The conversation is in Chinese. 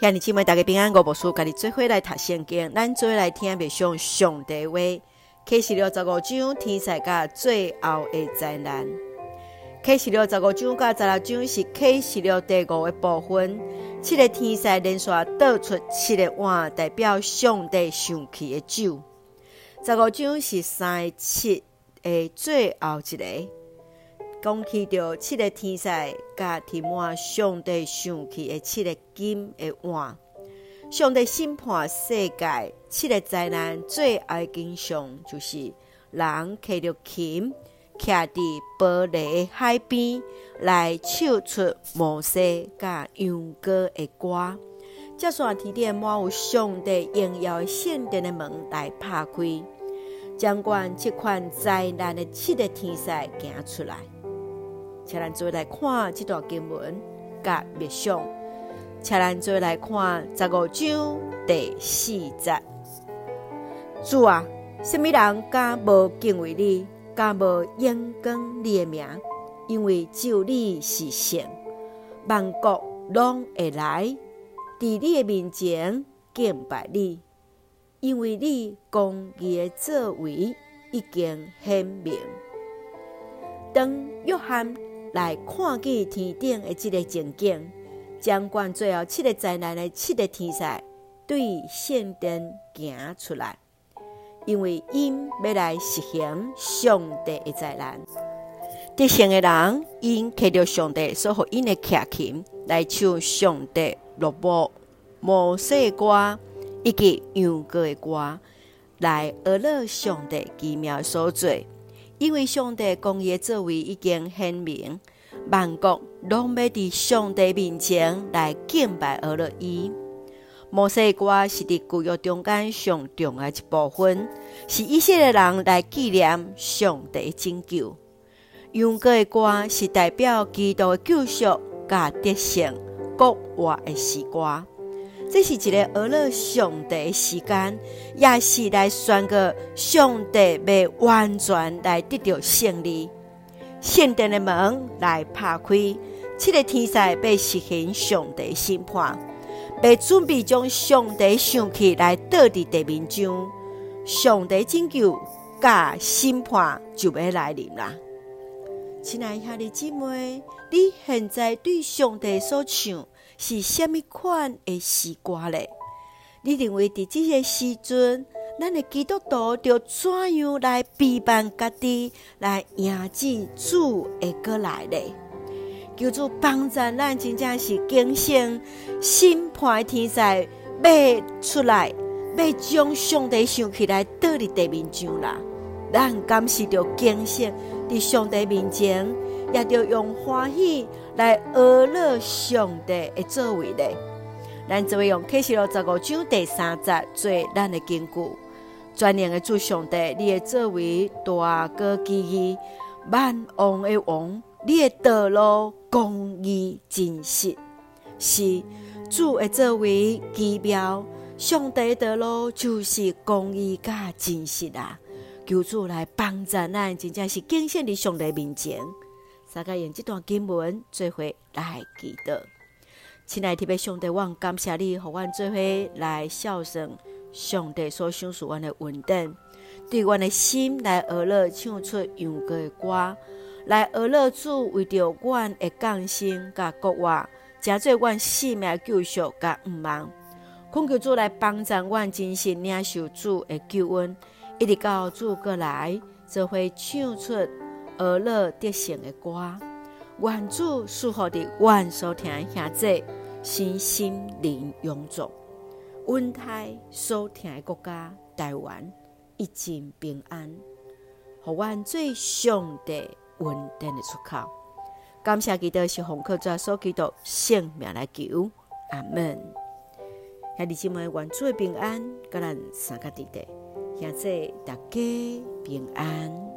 兄弟姊妹大家平安，我无事家己做伙来读圣经，咱做伙来听默想上帝话。启示录15章天灾甲最后的灾难。启示录15章甲16章是启示录第5个部分。7个天灾连续倒出7个碗，代表上帝生气的酒。15章是3个7的最后一个，讲起到7个天灾甲填满上帝生气的7个金的碗。上帝审判世界7个灾难最后的景象，就是人骑着琴，徛伫玻璃海边，来唱出摩西甲羊羔的歌。接线天顶满有上帝荣耀的圣殿的门来拍开，掌管这款灾难的7个天灾行出来。请咱做来看这段经文甲默想。请咱做来看15章第4节。主啊，什么人敢无敬畏你，敢无仰光你的名？因为只有你是圣，万国拢会来伫你的面前敬拜你，因为你公义的作为已经显明。当约翰来看见天顶的这个情景，掌管最后7个灾难的7个天灾对圣殿行出来，因为因要来实行上帝的灾难。得胜的人因摕着上帝所予因的骑琴来唱上帝律法、摩西的歌以及羊羔的歌，来学乐上帝奇妙的所做。因为上帝公义的作为已经显明，万国拢要伫上帝面前来敬拜学乐伊。摩西的歌是伫旧约中间上重要一部分，是以色列人来纪念上帝的拯救。羊羔的歌是代表基督的救赎甲得胜国活的诗歌。这是一个学乐上帝的时间，也是来宣告上帝要完全来得到胜利。圣殿的门来拍开，7个天灾要实行上帝的审判，要准备将上帝生气来倒伫地面上，上帝拯救甲审判就要来临啦。亲爱兄弟姊妹，你现在对上帝所唱是什么款的诗歌呢？你认为伫这个时阵，咱的基督徒要怎样来陪伴家己，来迎接主的过来呢？求主帮助咱，真正是警醒审判的天灾要出来，要将上帝生气来倒伫地面上啦。咱敢是着警醒伫上帝面前，也着用欢喜来学乐上帝的作为呢。咱就会用启示录15章第3节做咱的根据。全能的主上帝，你的作为大过奇异，万王的王，你的道路公义真实，是主的作为奇妙。上帝的道路就是公义甲真实啊！求主来帮助咱，真正是敬献伫上帝面前。大家用这段经文做伙来祈祷。亲爱的天父上帝，我感谢你，互阮做伙来孝顺上帝所赏赐阮的恩典，对阮的心来学乐唱出羊羔的歌，来学乐主为着阮的降生甲国活，成做阮性命救赎甲愿望。恳求主来帮助阮真心领受主的救恩，一直到主过来，做伙唱出学乐得胜的歌。愿主赐福伫阮所听的兄弟心灵永驻。阮台所听的国家台湾一尽平安，互阮做上帝恩典的出口。感谢基督是奉靠主所基督圣名来求，阿门。兄弟姊妹，愿主的平安，甲咱三个弟弟，兄弟大家平安。